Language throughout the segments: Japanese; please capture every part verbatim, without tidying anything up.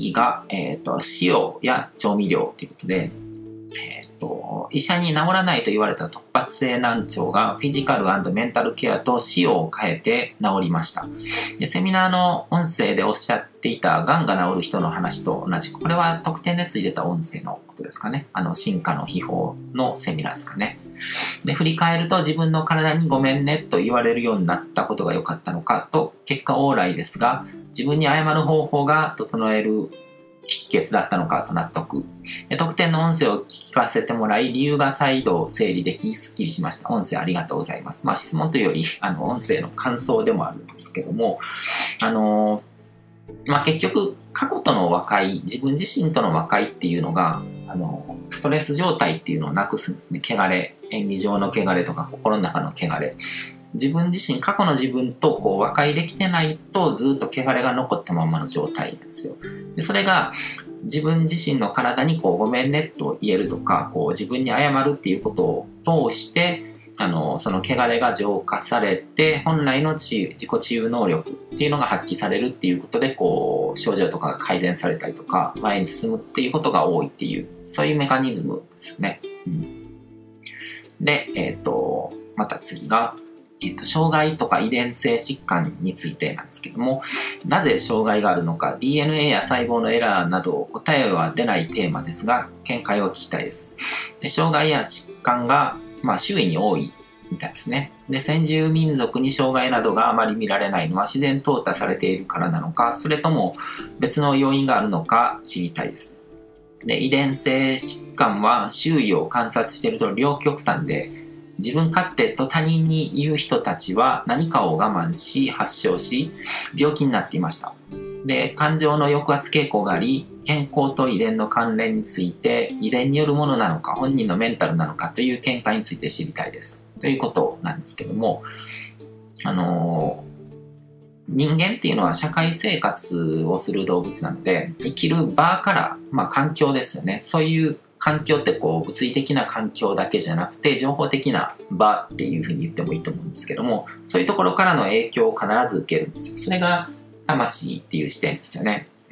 次が、えー、と塩や調味料ということで、えー、と医者に治らないと言われた突発性難聴がフィジカル&メンタルケアと塩を変えて治りました。でセミナーの音声でおっしゃっていたがんが治る人の話と同じく、これは特典でついてた音声のことですかね。あの進化の秘宝のセミナーですかね。で振り返ると、自分の体にごめんねと言われるようになったことが良かったのかと、結果オーライですが、自分に謝る方法が整える秘訣だったのかと納得。で特典の音声を聞かせてもらい、理由が再度整理できすっきりしました。音声ありがとうございます。まあ質問というよりあの音声の感想でもあるんですけども、あのまあ結局過去との和解、自分自身との和解っていうのが、あのストレス状態っていうのをなくすんですね。汚れ、演技上の汚れとか心の中の汚れ、自分自身、過去の自分とこう和解できてないと、ずっと汚れが残ったままの状態なんですよ。でそれが自分自身の体にこうごめんねと言えるとか、こう自分に謝るっていうことを通して、あのその汚れが浄化されて、本来の治癒、自己治癒能力っていうのが発揮されるっていうことで、こう症状とかが改善されたりとか前に進むっていうことが多いっていう、そういうメカニズムですよね。うん、で、えっとまた次が、えっと、障害とか遺伝性疾患についてなんですけども、なぜ障害があるのか、 ディーエヌエー や細胞のエラーなど答えは出ないテーマですが、見解を聞きたいです。で障害や疾患が、まあ、周囲に多いみたいですね。で先住民族に障害などがあまり見られないのは自然淘汰されているからなのか、それとも別の要因があるのか知りたいです。で遺伝性疾患は周囲を観察していると両極端で、自分勝手と他人に言う人たちは何かを我慢し発症し病気になっていました。で感情の抑圧傾向があり、健康と遺伝の関連について遺伝によるものなのか本人のメンタルなのかという見解について知りたいですということなんですけども、あのー、人間っていうのは社会生活をする動物なので、生きる場から、まあ、環境ですよね。そういう環境ってこう物理的な環境だけじゃなくて情報的な場っていうふうに言ってもいいと思うんですけども、そういうところからの影響を必ず受けるんですよ。それが魂っていう視点ですよね。うん、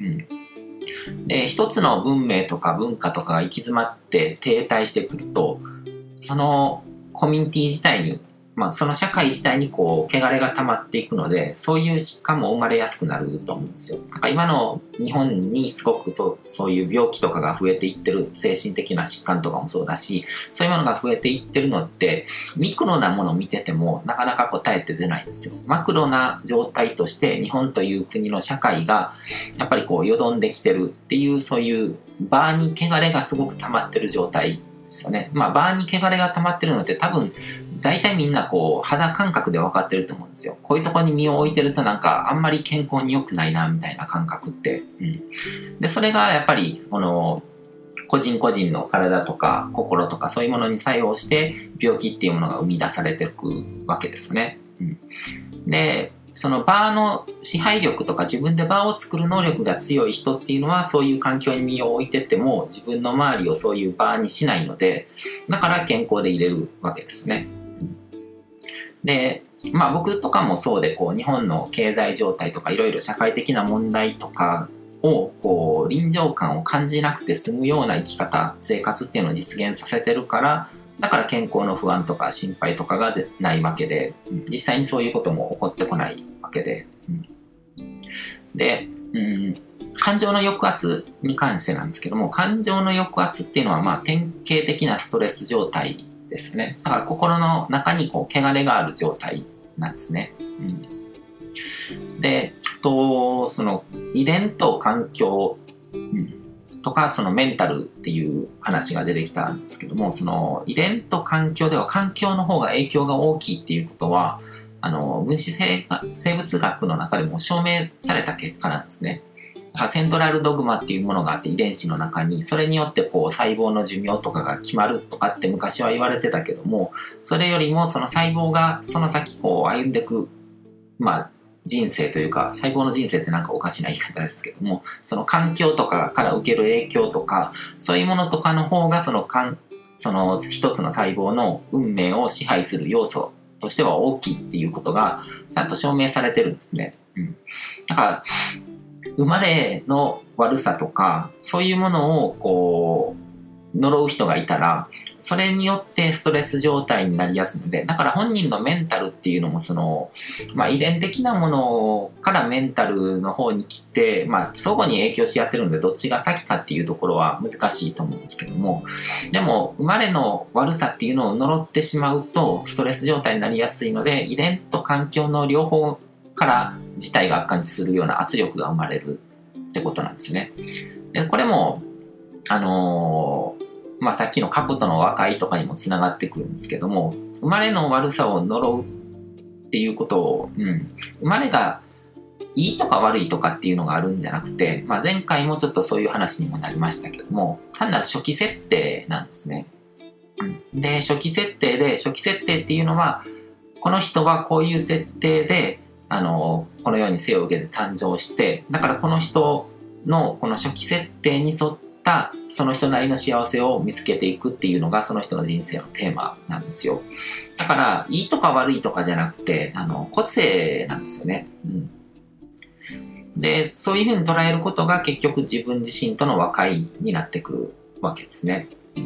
で一つの文明とか文化とかが行き詰まって停滞してくると、そのコミュニティ自体に、まあ、その社会自体にこう汚れが溜まっていくので、そういう疾患も生まれやすくなると思うんですよ。だから今の日本にすごくそう、そういう病気とかが増えていってる、精神的な疾患とかもそうだし、そういうものが増えていってるのって、ミクロなものを見ててもなかなか答えって出ないんですよ。マクロな状態として日本という国の社会がやっぱりこうよどんできてるっていう、そういう場に汚れがすごく溜まってる状態ですよね。まあ場に汚れが溜まってるのって多分大体みんなこう肌感覚で分かってると思うんですよ。こういうところに身を置いてるとなんかあんまり健康に良くないなみたいな感覚って、うん、でそれがやっぱりこの個人個人の体とか心とかそういうものに作用して病気っていうものが生み出されていくわけですね。うん、でその場の支配力とか自分で場を作る能力が強い人っていうのは、そういう環境に身を置いてても自分の周りをそういう場にしないので、だから健康でいれるわけですね。で、まあ僕とかもそうで、こう日本の経済状態とかいろいろ社会的な問題とかをこう臨場感を感じなくて済むような生き方、生活っていうのを実現させてるから、だから健康の不安とか心配とかがないわけで、実際にそういうことも起こってこないわけで、で、うん、感情の抑圧に関してなんですけども、感情の抑圧っていうのはまあ典型的なストレス状態ですね。だから心の中にこう汚れがある状態なんですね。うん、でとその遺伝と環境、うんとかそのメンタルっていう話が出てきたんですけども、その遺伝と環境では環境の方が影響が大きいっていうことは、あの分子生物学の中でも証明された結果なんですね。だからセントラルドグマっていうものがあって、遺伝子の中にそれによってこう細胞の寿命とかが決まるとかって昔は言われてたけども、それよりもその細胞がその先こう歩んでいく、まあ人生というか、細胞の人生ってなんかおかしな言い方ですけども、その環境とかから受ける影響とか、そういうものとかの方がそのかんその一つの細胞の運命を支配する要素としては大きいっていうことがちゃんと証明されてるんですね。うん、だから生まれの悪さとかそういうものをこう呪う人がいたら、それによってストレス状態になりやすいので、だから本人のメンタルっていうのもその、まあ、遺伝的なものからメンタルの方に来て、まあ、相互に影響し合ってるのでどっちが先かっていうところは難しいと思うんですけども、でも生まれの悪さっていうのを呪ってしまうとストレス状態になりやすいので、遺伝と環境の両方から事態が悪化するような圧力が生まれるってことなんですね。でこれもあのーまあ、さっきの過去との和解とかにもつながってくるんですけども、生まれの悪さを呪うっていうことを、うん、生まれがいいとか悪いとかっていうのがあるんじゃなくて、まあ、前回もちょっとそういう話にもなりましたけども、単なる初期設定なんですね。うん、で初期設定で初期設定っていうのは、この人はこういう設定であのこのように生を受けて誕生して、だからこの人のこの初期設定に沿ってその人なりの幸せを見つけていくっていうのがその人の人生のテーマなんですよ。だからいいとか悪いとかじゃなくて、あの個性なんですよね。うん、でそういうふうに捉えることが結局自分自身との和解になってくるわけですね。うん、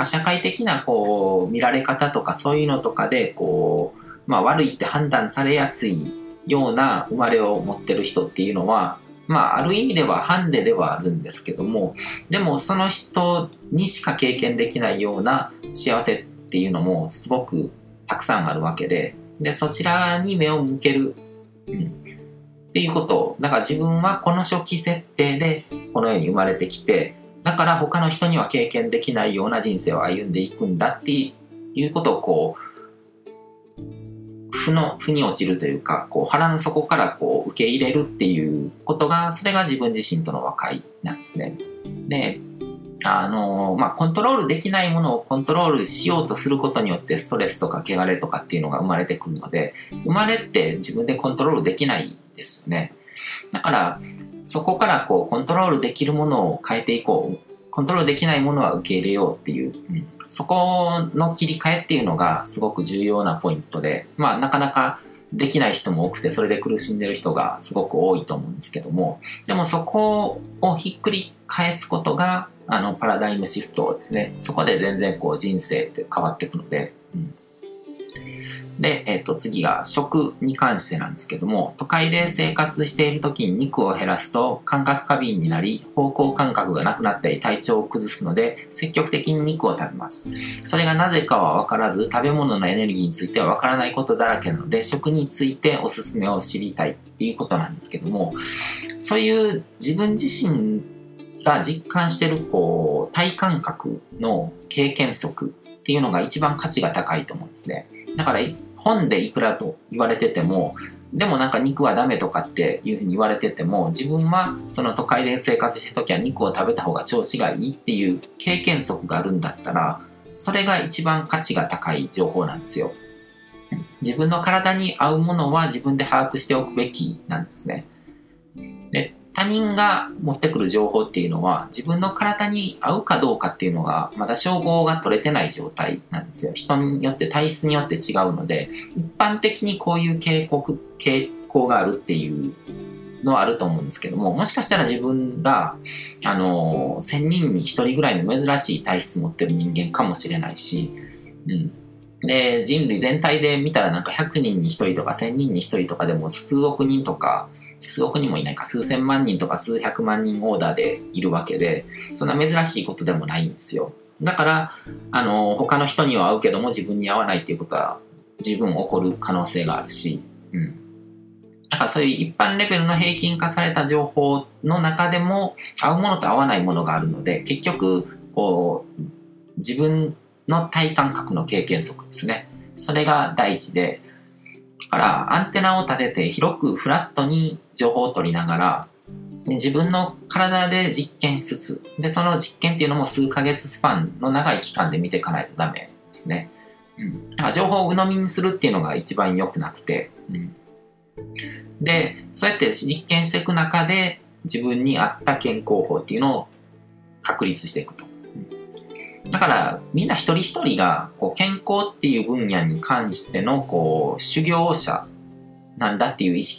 社会的なこう見られ方とかそういうのとかでこう、まあ、悪いって判断されやすいような生まれを持ってる人っていうのは、まあ、ある意味ではハンデではあるんですけども、でもその人にしか経験できないような幸せっていうのもすごくたくさんあるわけで、でそちらに目を向ける、うん、っていうことを、だから自分はこの初期設定でこの世に生まれてきて、だから他の人には経験できないような人生を歩んでいくんだっていうことをこう負の負に落ちるというか、こう腹の底からこう受け入れるっていうことが、それが自分自身との和解なんですね。で、あのまあコントロールできないものをコントロールしようとすることによってストレスとか汚れとかっていうのが生まれてくるので、生まれって自分でコントロールできないですね。だからそこからこうコントロールできるものを変えていこう、コントロールできないものは受け入れようっていう、うん、そこの切り替えっていうのがすごく重要なポイントで、まあなかなかできない人も多くて、それで苦しんでる人がすごく多いと思うんですけども、でもそこをひっくり返すことがあのパラダイムシフトですね。そこで全然こう人生って変わっていくので、うん、で、えー、と次が食に関してなんですけども、都会で生活している時に肉を減らすと感覚過敏になり、方向感覚がなくなったり体調を崩すので積極的に肉を食べます。それがなぜかは分からず、食べ物のエネルギーについては分からないことだらけなので、食についておすすめを知りたいっていうことなんですけども、そういう自分自身が実感してるこう体感覚の経験則っていうのが一番価値が高いと思うんですね。だから本でいくらと言われてても、でもなんか肉はダメとかっていうふうに言われてても、自分はその都会で生活してる時は肉を食べた方が調子がいいっていう経験則があるんだったら、それが一番価値が高い情報なんですよ。自分の体に合うものは自分で把握しておくべきなんですね。で、他人が持ってくる情報っていうのは自分の体に合うかどうかっていうのがまだ照合が取れてない状態なんですよ。人によって体質によって違うので、一般的にこういう傾向、傾向があるっていうのはあると思うんですけども、もしかしたら自分があのせんにんにひとりぐらいの珍しい体質持ってる人間かもしれないし、うんで人類全体で見たらなんかひゃくにんにひとりとかせんにんにひとりとかでも数億人とか数億人もいないか、数千万人とか数百万人オーダーでいるわけで、そんな珍しいことでもないんですよ。だからあの他の人には合うけども自分に合わないっていうことは十分起こる可能性があるし、うん、だからそういう一般レベルの平均化された情報の中でも合うものと合わないものがあるので、結局こう自分の体感覚の経験則ですね、それが大事で、だからアンテナを立てて広くフラットに情報を取りながら自分の体で実験しつつ、でその実験っていうのも数ヶ月スパンの長い期間で見ていかないとダメですね。うん、だから情報を鵜呑みにするっていうのが一番良くなくて、うん、でそうやって実験していく中で自分に合った健康法っていうのを確立していくと。だからみんな一人一人がこう健康っていう分野に関してのこう修行者なんだっていう意識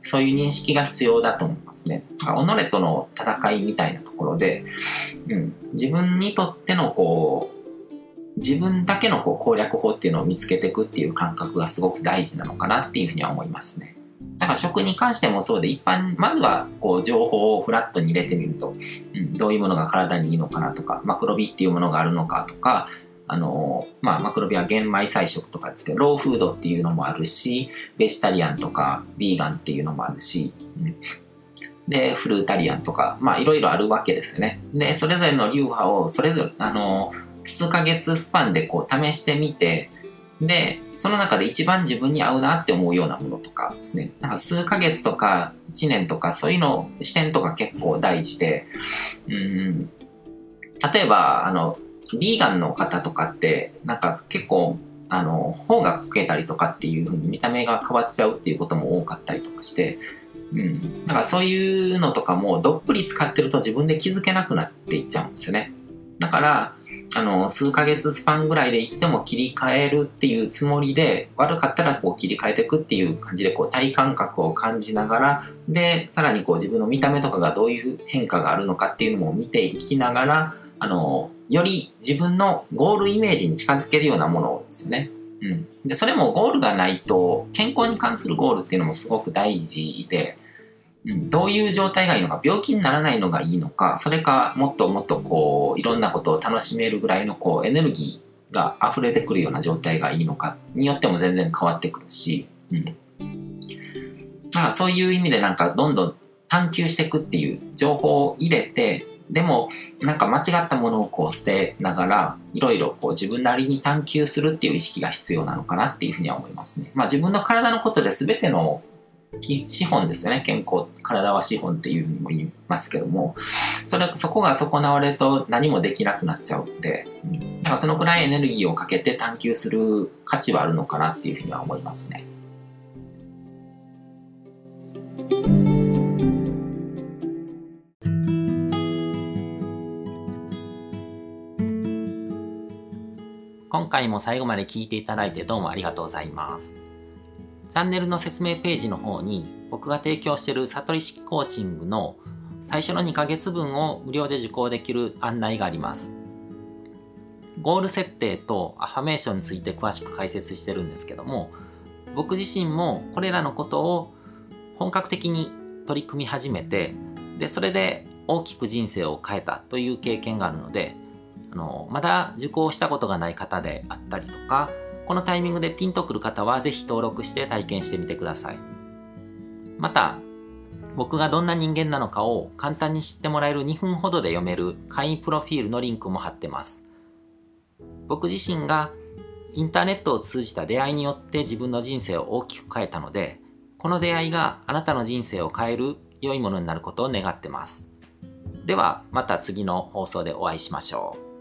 そういう認識が必要だと思いますね。己との戦いみたいなところで、うん、自分にとってのこう自分だけのこう攻略法っていうのを見つけていくっていう感覚がすごく大事なのかなっていうふうには思いますね。だから食に関してもそうで、一般まずはこう情報をフラットに入れてみると、うん、どういうものが体にいいのかなとか、マクロビっていうものがあるのかとか、あのまあ、マクロビは玄米菜食とかですけど、ローフードっていうのもあるし、ベジタリアンとかビーガンっていうのもあるし、うん、でフルータリアンとか、まあいろいろあるわけですよね。でそれぞれの流派をそれぞれあの数ヶ月スパンでこう試してみて、でその中で一番自分に合うなって思うようなものとかですね、なんか数ヶ月とかいちねんとかそういうの視点とか結構大事で、うん、例えばあのビーガンの方とかってなんか結構あの頬がこけたりとかっていう風に見た目が変わっちゃうっていうことも多かったりとかして、うん、だからそういうのとかもどっぷり使ってると自分で気づけなくなっていっちゃうんですよね。だからあの数ヶ月スパンぐらいでいつでも切り替えるっていうつもりで、悪かったらこう切り替えていくっていう感じでこう体感覚を感じながら、でさらにこう自分の見た目とかがどういう変化があるのかっていうのも見ていきながら、あのより自分のゴールイメージに近づけるようなものですね。うん、でそれもゴールがないと、健康に関するゴールっていうのもすごく大事で、うん、どういう状態がいいのか、病気にならないのがいいのか、それかもっともっとこういろんなことを楽しめるぐらいのこうエネルギーが溢れてくるような状態がいいのかによっても全然変わってくるし、うん、だからそういう意味でなんかどんどん探求していくっていう情報を入れて、でもなんか間違ったものをこう捨てながら、いろいろこう自分なりに探求するっていう意識が必要なのかなっていうふうには思いますね。まあ自分の体のことで全ての資本ですよね。健康、体は資本っていうふうにも言いますけども、それそこが損なわれると何もできなくなっちゃうので、うん、だからそのくらいエネルギーをかけて探求する価値はあるのかなっていうふうには思いますね。今回も最後まで聞いていただいてどうもありがとうございます。チャンネルの説明ページの方に僕が提供している悟り式コーチングの最初のにかげつぶんを無料で受講できる案内があります。ゴール設定とアファメーションについて詳しく解説してるんですけども、僕自身もこれらのことを本格的に取り組み始めて、でそれで大きく人生を変えたという経験があるので、あのまだ受講したことがない方であったりとか、このタイミングでピンとくる方はぜひ登録して体験してみてください。また、僕がどんな人間なのかを簡単に知ってもらえるにふんほどで読める会員プロフィールのリンクも貼ってます。僕自身がインターネットを通じた出会いによって自分の人生を大きく変えたので、この出会いがあなたの人生を変える良いものになることを願ってます。ではまた次の放送でお会いしましょう。